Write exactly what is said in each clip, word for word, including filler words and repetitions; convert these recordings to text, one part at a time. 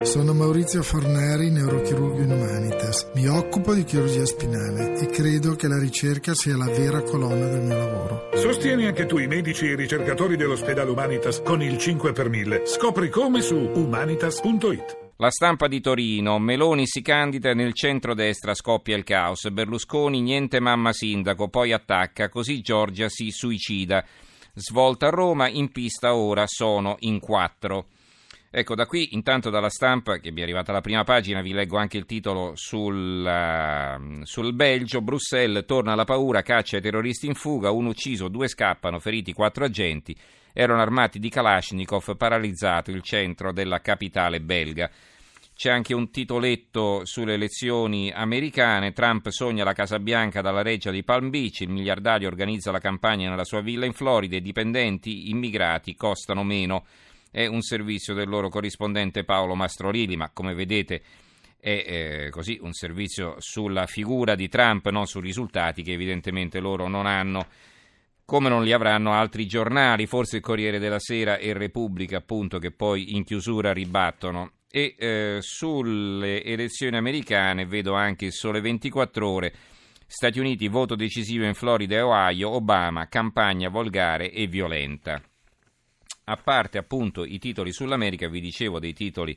Sono Maurizio Forneri, neurochirurgo in Humanitas. Mi occupo di chirurgia spinale e credo che la ricerca sia la vera colonna del mio lavoro. Sostieni anche tu i medici e i ricercatori dell'ospedale Humanitas con il cinque per mille. Scopri come su humanitas punto it. La Stampa di Torino. Meloni si candida, nel centrodestra scoppia il caos. Berlusconi niente mamma sindaco, poi attacca, così Giorgia si suicida. Svolta a Roma, in pista ora sono in quattro. Ecco, da qui, intanto dalla Stampa, che mi è arrivata la prima pagina, vi leggo anche il titolo sul, uh, sul Belgio. Bruxelles, torna la paura, caccia ai terroristi in fuga, uno ucciso, due scappano, feriti quattro agenti, erano armati di Kalashnikov, paralizzato il centro della capitale belga. C'è anche un titoletto sulle elezioni americane, Trump sogna la Casa Bianca dalla reggia di Palm Beach, il miliardario organizza la campagna nella sua villa in Florida, i dipendenti immigrati costano meno. È un servizio del loro corrispondente Paolo Mastrorilli, ma come vedete è eh, così un servizio sulla figura di Trump, non sui risultati che evidentemente loro non hanno, come non li avranno altri giornali, forse il Corriere della Sera e Repubblica, appunto, che poi in chiusura ribattono. E eh, sulle elezioni americane vedo anche il Sole ventiquattro Ore, Stati Uniti, voto decisivo in Florida e Ohio, Obama, campagna volgare e violenta. A parte appunto i titoli sull'America, vi dicevo dei titoli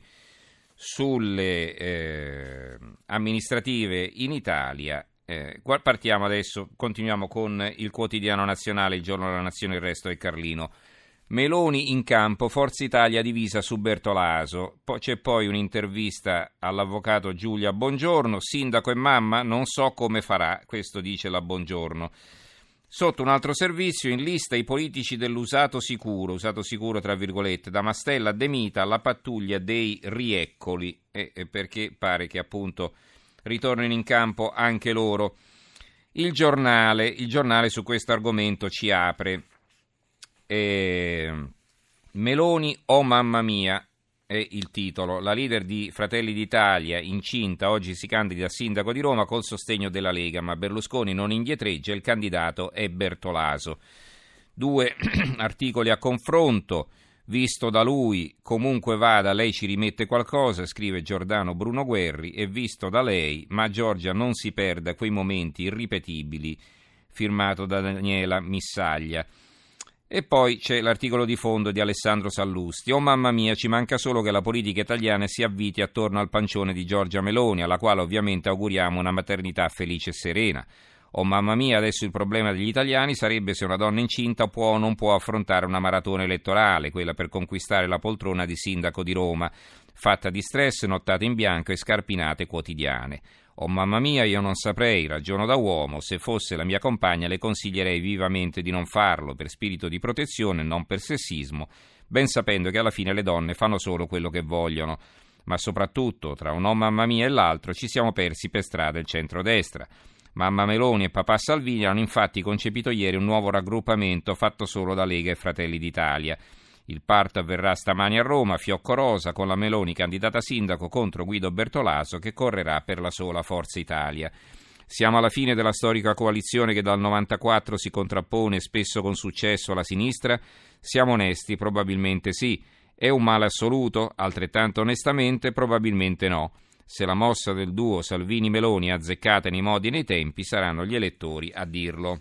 sulle eh, amministrative in Italia. Eh, partiamo adesso, continuiamo con il Quotidiano Nazionale, il Giorno della Nazione, il Resto del Carlino. Meloni in campo, Forza Italia divisa su Bertolaso. Poi c'è poi un'intervista all'avvocato Giulia Bongiorno, sindaco e mamma, non so come farà, questo dice la Bongiorno. Sotto un altro servizio, in lista i politici dell'usato sicuro, usato sicuro tra virgolette, da Mastella a De Mita alla pattuglia dei rieccoli, eh, perché pare che appunto ritornino in campo anche loro. Il giornale, il giornale su questo argomento ci apre. Eh, Meloni, oh mamma mia, è il titolo. La leader di Fratelli d'Italia, incinta, oggi si candida a sindaco di Roma col sostegno della Lega, ma Berlusconi non indietreggia, il candidato è Bertolaso. Due articoli a confronto, visto da lui, comunque vada, lei ci rimette qualcosa, scrive Giordano Bruno Guerri, e visto da lei, ma Giorgia non si perda quei momenti irripetibili, firmato da Daniela Missaglia. E poi c'è l'articolo di fondo di Alessandro Sallusti. Oh mamma mia, ci manca solo che la politica italiana si avviti attorno al pancione di Giorgia Meloni, alla quale ovviamente auguriamo una maternità felice e serena. Oh mamma mia, adesso il problema degli italiani sarebbe se una donna incinta può o non può affrontare una maratona elettorale, quella per conquistare la poltrona di sindaco di Roma, fatta di stress, nottate in bianco e scarpinate quotidiane. Oh mamma mia, io non saprei, ragiono da uomo, se fosse la mia compagna le consiglierei vivamente di non farlo, per spirito di protezione, non per sessismo, ben sapendo che alla fine le donne fanno solo quello che vogliono. Ma soprattutto, tra un oh mamma mia e l'altro, ci siamo persi per strada il centrodestra. Mamma Meloni e papà Salvini hanno infatti concepito ieri un nuovo raggruppamento fatto solo da Lega e Fratelli d'Italia. Il parto avverrà stamani a Roma, fiocco rosa, con la Meloni candidata sindaco contro Guido Bertolaso che correrà per la sola Forza Italia. Siamo alla fine della storica coalizione che dal novantaquattro si contrappone spesso con successo alla sinistra? Siamo onesti, probabilmente sì. È un male assoluto? Altrettanto onestamente, probabilmente no. Se la mossa del duo Salvini-Meloni è azzeccata nei modi e nei tempi, saranno gli elettori a dirlo.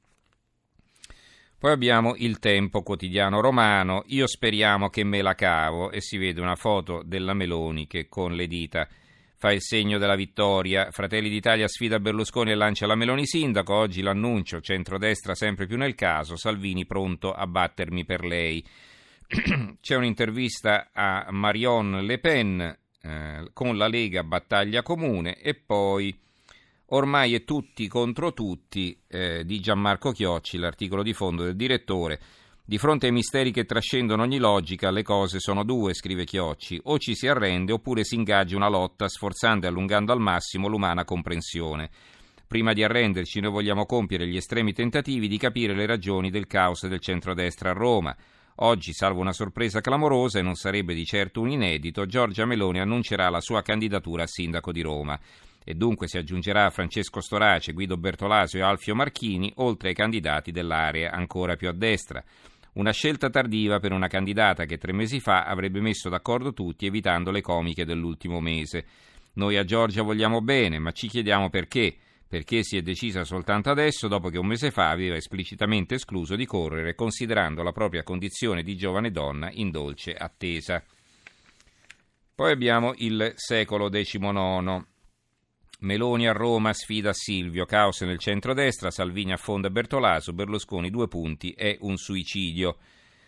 Poi abbiamo Il Tempo, quotidiano romano, io speriamo che me la cavo, e si vede una foto della Meloni che con le dita fa il segno della vittoria. Fratelli d'Italia sfida Berlusconi e lancia la Meloni sindaco, oggi l'annuncio, centrodestra sempre più nel caso, Salvini pronto a battermi per lei. C'è un'intervista a Marion Le Pen, eh, con la Lega battaglia comune, e poi ormai è tutti contro tutti, eh, di Gianmarco Chiocci, l'articolo di fondo del direttore. Di fronte ai misteri che trascendono ogni logica, le cose sono due, scrive Chiocci, o ci si arrende oppure si ingaggia una lotta sforzando e allungando al massimo l'umana comprensione. Prima di arrenderci noi vogliamo compiere gli estremi tentativi di capire le ragioni del caos del centrodestra a Roma. Oggi, salvo una sorpresa clamorosa, e non sarebbe di certo un inedito, Giorgia Meloni annuncerà la sua candidatura a sindaco di Roma. E dunque si aggiungerà Francesco Storace, Guido Bertolaso e Alfio Marchini, oltre ai candidati dell'area ancora più a destra. Una scelta tardiva per una candidata che tre mesi fa avrebbe messo d'accordo tutti evitando le comiche dell'ultimo mese. Noi a Giorgia vogliamo bene, ma ci chiediamo perché. Perché si è decisa soltanto adesso, dopo che un mese fa aveva esplicitamente escluso di correre, considerando la propria condizione di giovane donna in dolce attesa. Poi abbiamo il secolo diciannove. Meloni a Roma sfida Silvio, caos nel centrodestra, Salvini affonda Bertolaso, Berlusconi due punti, è un suicidio.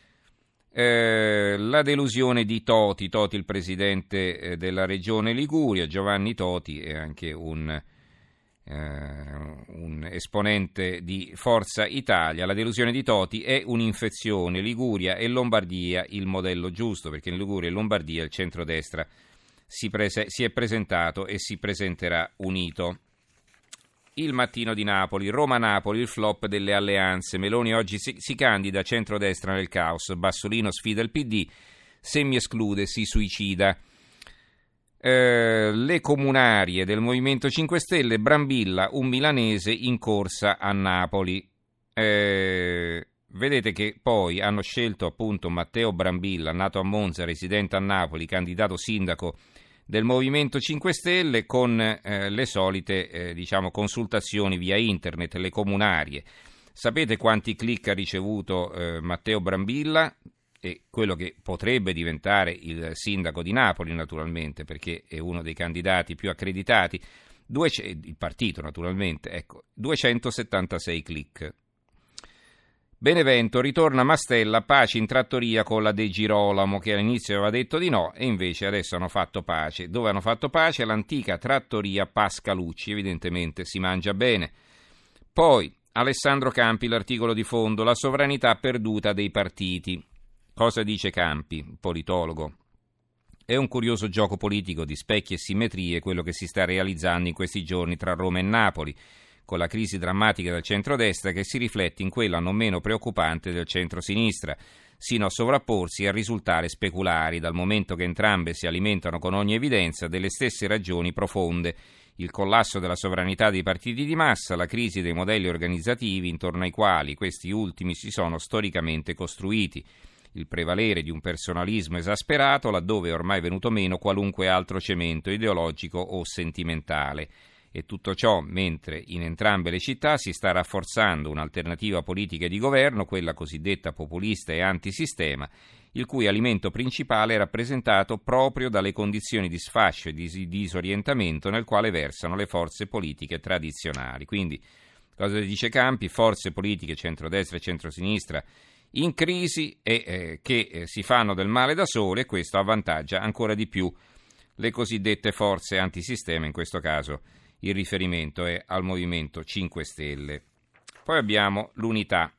Eh, la delusione di Toti, Toti il presidente eh, della regione Liguria, Giovanni Toti è anche un, eh, un esponente di Forza Italia. La delusione di Toti è un'infezione, Liguria e Lombardia il modello giusto, perché in Liguria e Lombardia il centrodestra Si, prese- si è presentato e si presenterà unito. Il Mattino di Napoli, Roma-Napoli, il flop delle alleanze. Meloni oggi si, si candida, centrodestra nel caos. Bassolino sfida il P D, se mi esclude si suicida. Eh, le comunarie del Movimento cinque Stelle, Brambilla, un milanese in corsa a Napoli. Eh, vedete che poi hanno scelto appunto Matteo Brambilla, nato a Monza, residente a Napoli, candidato sindaco del Movimento cinque Stelle, con eh, le solite eh, diciamo consultazioni via internet, le comunarie. Sapete quanti click ha ricevuto eh, Matteo Brambilla? E quello che potrebbe diventare il sindaco di Napoli, naturalmente, perché è uno dei candidati più accreditati, Due, il partito naturalmente, ecco, duecentosettantasei click. Benevento, ritorna Mastella, pace in trattoria con la De Girolamo, che all'inizio aveva detto di no e invece adesso hanno fatto pace. Dove hanno fatto pace? L'antica trattoria Pascalucci, evidentemente si mangia bene. Poi Alessandro Campi, l'articolo di fondo, la sovranità perduta dei partiti. Cosa dice Campi, politologo? È un curioso gioco politico di specchi e simmetrie quello che si sta realizzando in questi giorni tra Roma e Napoli, con la crisi drammatica del centrodestra che si riflette in quella non meno preoccupante del centrosinistra, sino a sovrapporsi e a risultare speculari, dal momento che entrambe si alimentano con ogni evidenza delle stesse ragioni profonde: il collasso della sovranità dei partiti di massa, la crisi dei modelli organizzativi intorno ai quali questi ultimi si sono storicamente costruiti, il prevalere di un personalismo esasperato laddove è ormai venuto meno qualunque altro cemento ideologico o sentimentale. E tutto ciò mentre in entrambe le città si sta rafforzando un'alternativa politica e di governo, quella cosiddetta populista e antisistema, il cui alimento principale è rappresentato proprio dalle condizioni di sfascio e di disorientamento nel quale versano le forze politiche tradizionali. Quindi, cosa dice Campi? Forze politiche centrodestra e centrosinistra in crisi e eh, che eh, si fanno del male da sole, e questo avvantaggia ancora di più le cosiddette forze antisistema, in questo caso il riferimento è al Movimento cinque Stelle. Poi abbiamo l'Unità.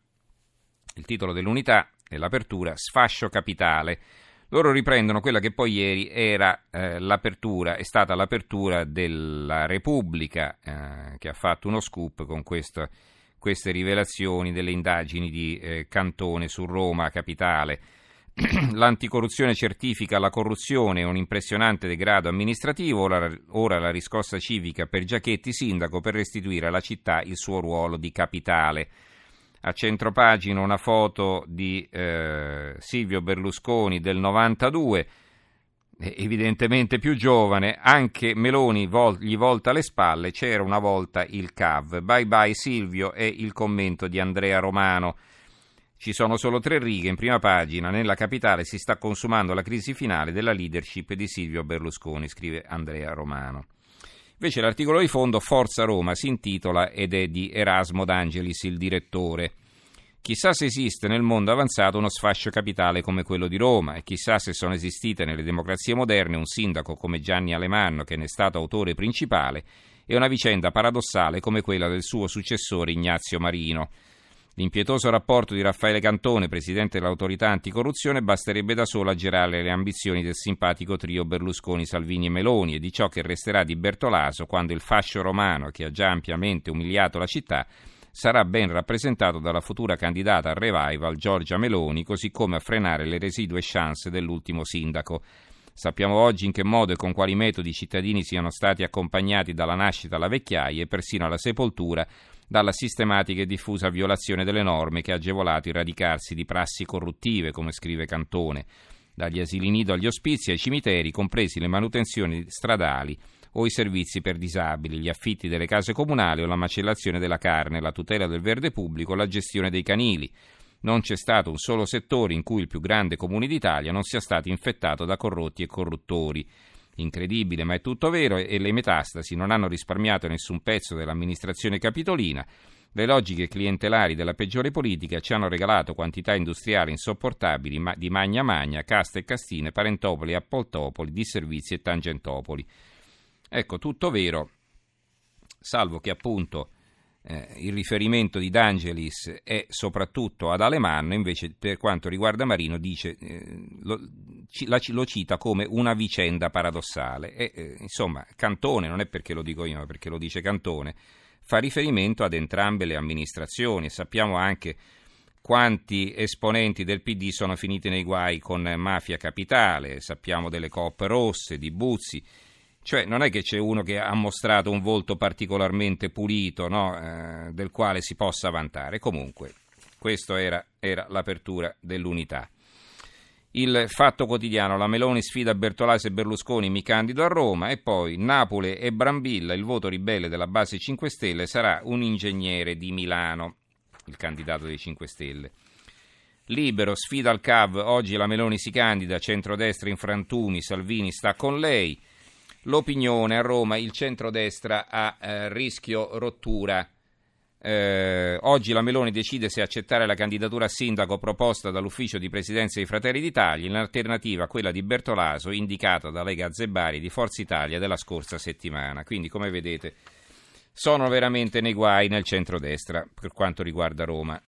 Il titolo dell'Unità è l'apertura, sfascio capitale. Loro riprendono quella che poi ieri era eh, l'apertura, è stata l'apertura della Repubblica, eh, che ha fatto uno scoop con questo, queste rivelazioni delle indagini di eh, Cantone su Roma capitale. L'anticorruzione certifica la corruzione e un impressionante degrado amministrativo, ora, ora la riscossa civica per Giachetti sindaco per restituire alla città il suo ruolo di capitale. A centropagina una foto di eh, Silvio Berlusconi del novantadue, evidentemente più giovane, anche Meloni vol- gli volta le spalle, c'era una volta il C A V. Bye bye Silvio è il commento di Andrea Romano. Ci sono solo tre righe in prima pagina. Nella capitale si sta consumando la crisi finale della leadership di Silvio Berlusconi, scrive Andrea Romano. Invece l'articolo di fondo, Forza Roma, si intitola ed è di Erasmo D'Angelis, il direttore. Chissà se esiste nel mondo avanzato uno sfascio capitale come quello di Roma, e chissà se sono esistite nelle democrazie moderne un sindaco come Gianni Alemanno, che ne è stato autore principale, e una vicenda paradossale come quella del suo successore Ignazio Marino. L'impietoso rapporto di Raffaele Cantone, presidente dell'autorità anticorruzione, basterebbe da solo a gelare le ambizioni del simpatico trio Berlusconi, Salvini e Meloni e di ciò che resterà di Bertolaso quando il fascio romano, che ha già ampiamente umiliato la città, sarà ben rappresentato dalla futura candidata al revival Giorgia Meloni, così come a frenare le residue chance dell'ultimo sindaco. Sappiamo oggi in che modo e con quali metodi i cittadini siano stati accompagnati dalla nascita alla vecchiaia e persino alla sepoltura dalla sistematica e diffusa violazione delle norme che ha agevolato il radicarsi di prassi corruttive, come scrive Cantone, dagli asili nido agli ospizi ai cimiteri, compresi le manutenzioni stradali o i servizi per disabili, gli affitti delle case comunali o la macellazione della carne, la tutela del verde pubblico, la gestione dei canili. Non c'è stato un solo settore in cui il più grande comune d'Italia non sia stato infettato da corrotti e corruttori. Incredibile, ma è tutto vero, e le metastasi non hanno risparmiato nessun pezzo dell'amministrazione capitolina. Le logiche clientelari della peggiore politica ci hanno regalato quantità industriali insopportabili ma di magna magna, casta e castine, parentopoli e appaltopoli, disservizi e tangentopoli. Ecco, tutto vero, salvo che appunto eh, il riferimento di D'Angelis è soprattutto ad Alemanno, invece per quanto riguarda Marino dice, eh, lo, ci, la, lo cita come una vicenda paradossale. E, eh, insomma, Cantone, non è perché lo dico io, ma perché lo dice Cantone, fa riferimento ad entrambe le amministrazioni, e sappiamo anche quanti esponenti del P D sono finiti nei guai con Mafia Capitale, sappiamo delle coop rosse, di Buzzi. Cioè non è che c'è uno che ha mostrato un volto particolarmente pulito, no? eh, del quale si possa vantare. Comunque, questa era, era l'apertura dell'Unità. Il Fatto Quotidiano, la Meloni sfida Bertolaso e Berlusconi, mi candido a Roma, e poi Napoli e Brambilla, il voto ribelle della base cinque Stelle sarà un ingegnere di Milano, il candidato dei cinque Stelle. Libero, sfida al C A V, oggi la Meloni si candida, centrodestra in frantumi, Salvini sta con lei. L'Opinione, a Roma il centrodestra a eh, rischio rottura. Eh, oggi la Meloni decide se accettare la candidatura a sindaco proposta dall'ufficio di presidenza di Fratelli d'Italia, in alternativa a quella di Bertolaso indicata da Lega Zebbari di Forza Italia della scorsa settimana. Quindi, come vedete, sono veramente nei guai nel centrodestra per quanto riguarda Roma.